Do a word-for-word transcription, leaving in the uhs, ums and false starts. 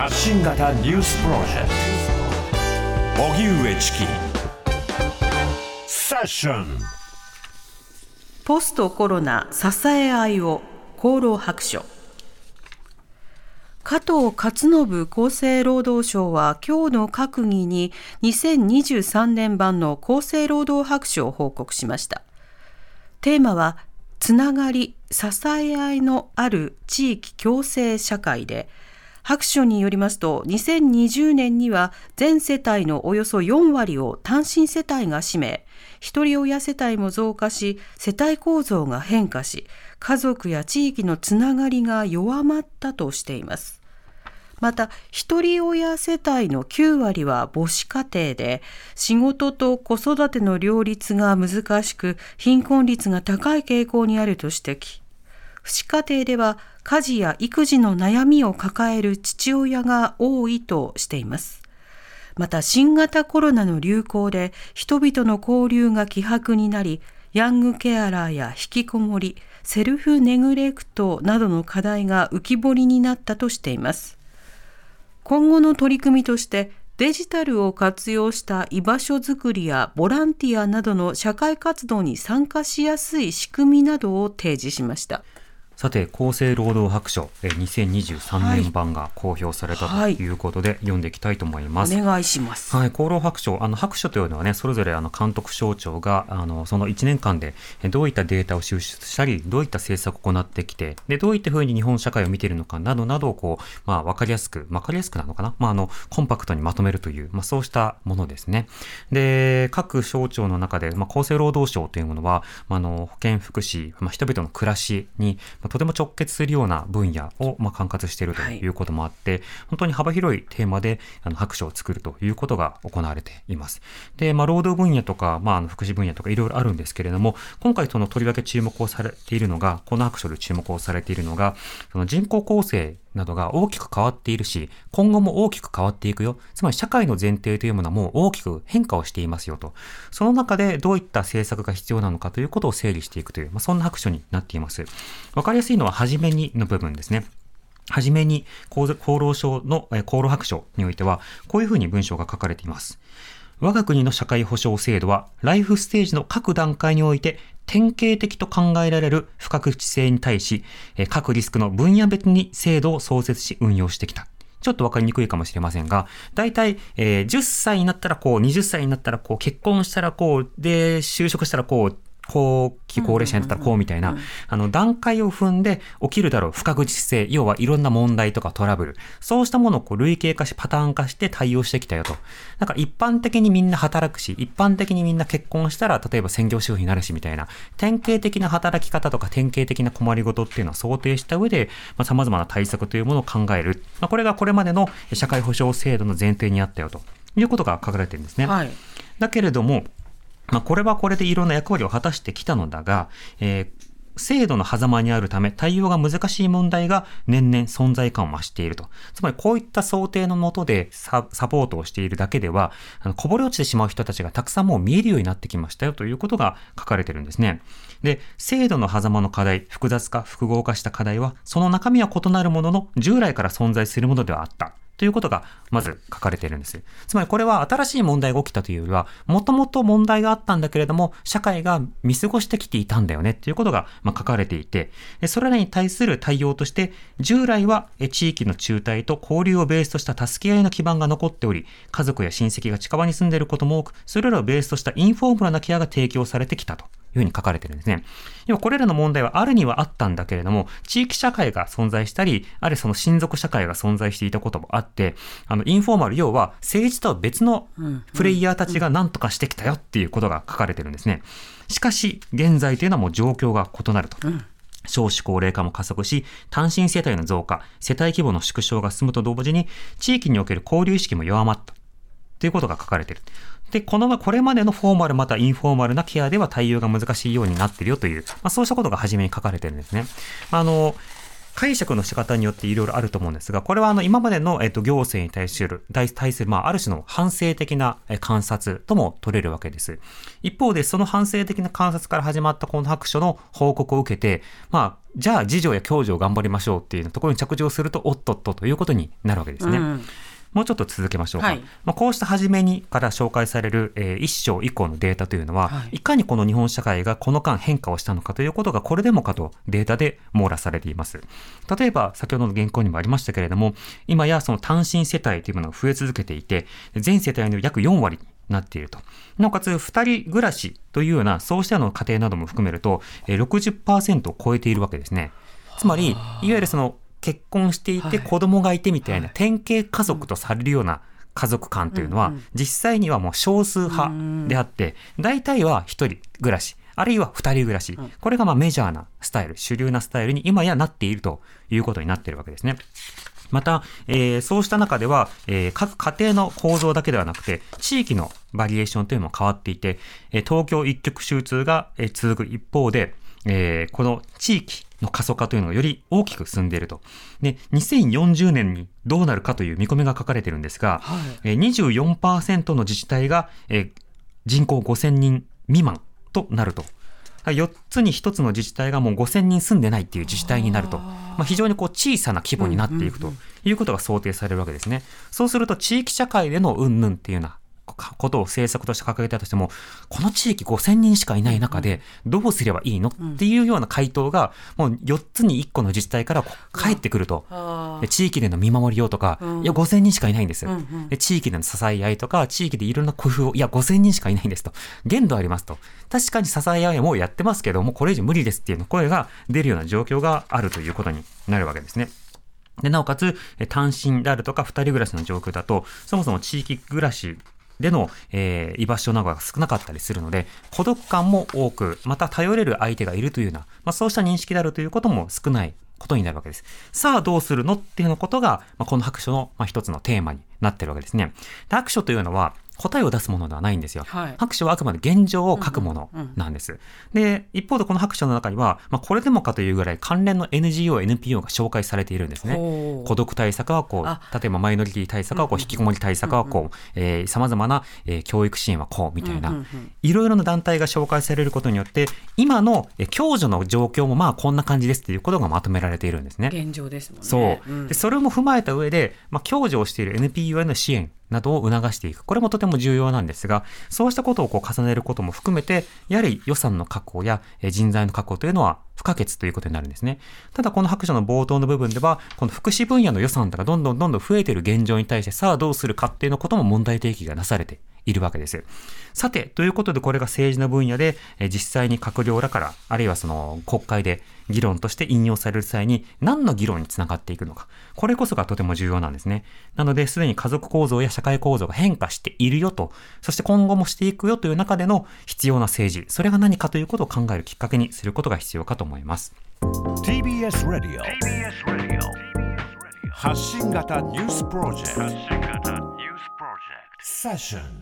発信型ニュースプロジェクト荻上チキセッション。 ポストコロナ支え合いを厚労白書。加藤勝信厚生労働省は今日の閣議ににせんにじゅうさんねん版の厚生労働白書を報告しました。テーマはつながり支え合いのある地域共生社会で、白書によりますとにせんにじゅうねんには全世帯のおよそよんわりを単身世帯が占め、一人親世帯も増加し、世帯構造が変化し、家族や地域のつながりが弱まったとしています。また、一人親世帯のきゅうわりは母子家庭で、仕事と子育ての両立が難しく、貧困率が高い傾向にあると指摘。父子家庭では家事や育児の悩みを抱える父親が多いとしています。また、新型コロナの流行で人々の交流が希薄になり、ヤングケアラーや引きこもり、セルフネグレクトなどの課題が浮き彫りになったとしています。今後の取り組みとして、デジタルを活用した居場所づくりやボランティアなどの社会活動に参加しやすい仕組みなどを提示しました。 さて、厚生労働白書にせんにじゅうさんねん版が公表されたということで、はい、読んでいきたいと思います。 お願いします。 はい、厚労白書、あの白書というのはね、それぞれあの監督省庁があのそのいちねんかんでどういったデータを収集したり、どういった政策を行ってきて、でどういったふうに日本社会を見ているのかなどなどをこう、まあ、分かりやすく、分かりやすくなのかな、まあ、あのコンパクトにまとめるという、まあ、そうしたものですね。で、各省庁の中で、まあ、厚生労働省というものは、まあ、あの保健福祉、まあ、人々の暮らしに、まあ、とても直結するような分野をまあ管轄しているということもあって、はい、本当に幅広いテーマであの白書を作るということが行われています。で、まあ、労働分野とか、まあ、あの福祉分野とかいろいろあるんですけれども、今回そのとりわけ注目をされているのが、この白書で注目をされているのが、その人口構成などが大きく変わっているし、今後も大きく変わっていくよ。つまり社会の前提というものはもう大きく変化をしていますよと。その中でどういった政策が必要なのかということを整理していくという、まあ、そんな白書になっています。わかりやすいのは初めにの部分ですね。はじめに厚労省の厚労白書においては、こういうふうに文章が書かれています。我が国の社会保障制度は、ライフステージの各段階において、典型的と考えられる不確実性に対し、各リスクの分野別に制度を創設し運用してきた。ちょっとわかりにくいかもしれませんが、だいたい、えー、じゅっさいになったらこう、はたちになったらこう、結婚したらこう、で、就職したらこう、後期高齢者になったらこうみたいな、あの段階を踏んで起きるだろう不確実性、要はいろんな問題とかトラブル、そうしたものをこう類型化しパターン化して対応してきたよと。なんか一般的にみんな働くし、一般的にみんな結婚したら例えば専業主婦になるしみたいな、典型的な働き方とか典型的な困りごとっていうのは想定した上で、まあ、様々な対策というものを考える。まあ、これがこれまでの社会保障制度の前提にあったよということが書かれているんですね。はい、だけれども、まあ、これはこれでいろんな役割を果たしてきたのだが、えー、制度の狭間にあるため対応が難しい問題が年々存在感を増していると。つまりこういった想定の下で サ, サポートをしているだけでは、あのこぼれ落ちてしまう人たちがたくさんもう見えるようになってきましたよということが書かれているんですね。で、制度の狭間の課題、複雑化、複合化した課題は、その中身は異なるものの従来から存在するものではあった。ということがまず書かれているんです。つまりこれは新しい問題が起きたというよりは、もともと問題があったんだけれども、社会が見過ごしてきていたんだよねということがまあ書かれていて、それらに対する対応として、従来は地域の中帯と交流をベースとした助け合いの基盤が残っており、家族や親戚が近場に住んでいることも多く、それらをベースとしたインフォーマルなケアが提供されてきたというふうに書かれているんですね。要はこれらの問題はあるにはあったんだけれども、地域社会が存在したり、あるいはその親族社会が存在していたこともあって、あのインフォーマル、要は政治とは別のプレイヤーたちが何とかしてきたよっていうことが書かれているんですね。しかし現在というのはもう状況が異なると。少子高齢化も加速し、単身世帯の増加、世帯規模の縮小が進むと同時に、地域における交流意識も弱まったということが書かれている。で、この、これまでのフォーマルまたインフォーマルなケアでは対応が難しいようになっているよという、まあ、そうしたことが初めに書かれているんですね。あの、 解釈の仕方によっていろいろあると思うんですが、これはあの今までの、えっと、行政に対する、対する、まあ、ある種の反省的な観察とも取れるわけです。一方で、その反省的な観察から始まったこの白書の報告を受けて、まあ、じゃあ、自助や共助を頑張りましょうっていうところに着地をすると、おっとっとということになるわけですね。うん、もうちょっと続けましょうか。はい、まあ、こうした初めにから紹介される、えー、一章以降のデータというのは、はい、いかにこの日本社会がこの間変化をしたのかということがこれでもかとデータで網羅されています。例えば先ほどの原稿にもありましたけれども、今やその単身世帯というものが増え続けていて、全世帯の約よんわりになっていると。なおかつふたり暮らしというようなそうしたような家庭なども含めると ろくじゅっパーセント を超えているわけですね。つまりいわゆるその結婚していて子供がいてみたいな典型家族とされるような家族観というのは実際にはもう少数派であって、大体はひとり暮らしあるいはふたり暮らし、これがまあメジャーなスタイル、主流なスタイルに今やなっているということになっているわけですね。また、えー、そうした中では、えー、各家庭の構造だけではなくて地域のバリエーションというのも変わっていて、えー、東京一極集中が、えー、続く一方で、えー、この地域の過疎化というのがより大きく進んでいると。で、にせんよんじゅうねんにどうなるかという見込みが書かれているんですが、はい、えー、にじゅうよんパーセント の自治体が、えー、人口ごせんにん未満となると。よっつにひとつの自治体がもうごせんにん住んでないっていう自治体になると。まあ、非常にこう小さな規模になっていくということが想定されるわけですね。そうすると地域社会での云々っていうようなことを政策として掲げたとしても、この地域ごせんにんしかいない中でどうすればいいのっていうような回答がもうよっつにいっこの自治体から返ってくると、地域での見守りようとか、いやごせんにんしかいないんです、で地域での支え合いとか地域でいろんな工夫を、いやごせんにんしかいないんですと、限度ありますと、確かに支え合いもやってますけどもこれ以上無理ですっていう声が出るような状況があるということになるわけですね。でなおかつ単身であるとかふたり暮らしの状況だと、そもそも地域暮らしでの、えー、居場所などが少なかったりするので、孤独感も多く、また頼れる相手がいるというような、まあ、そうした認識であるということも少ないことになるわけです。さあどうするのっていうのことが、まあ、この白書の、まあ、一つのテーマになっているわけですね。で白書というのは答えを出すものではないんですよ。はい、白書はあくまで現状を書くものなんです。うんうんうん、で一方でこの白書の中には、まあ、これでもかというぐらい関連の エヌジーオー、エヌピーオー が紹介されているんですね。孤独対策はこう、例えばマイノリティ対策はこう、引きこもり対策はこう、さまざまな、えー、教育支援はこうみたいな、うんうんうん、いろいろな団体が紹介されることによって今の、えー、共助の状況もまあこんな感じですということがまとめられているんですね。 現状ですもんね。 そう、うん、でそれも踏まえた上で、まあ、共助をしている エヌピーオー への支援などを促していく。これもとても重要なんですが、そうしたことをこう重ねることも含めて、やはり予算の確保や人材の確保というのは不可欠ということになるんですね。ただこの白書の冒頭の部分では、この福祉分野の予算がどんどんどんどん増えている現状に対して、さあどうするかっていうのことも問題提起がなされているわけです。さて、ということでこれが政治の分野で、え実際に閣僚らから、あるいはその国会で議論として引用される際に何の議論につながっていくのか。これこそがとても重要なんですね。なので、すでに家族構造や社会構造が変化しているよと、そして今後もしていくよという中での必要な政治、それが何かということを考えるきっかけにすることが必要かと思います。 ティービーエス Radio 発信型ニュースプロジェクトセッション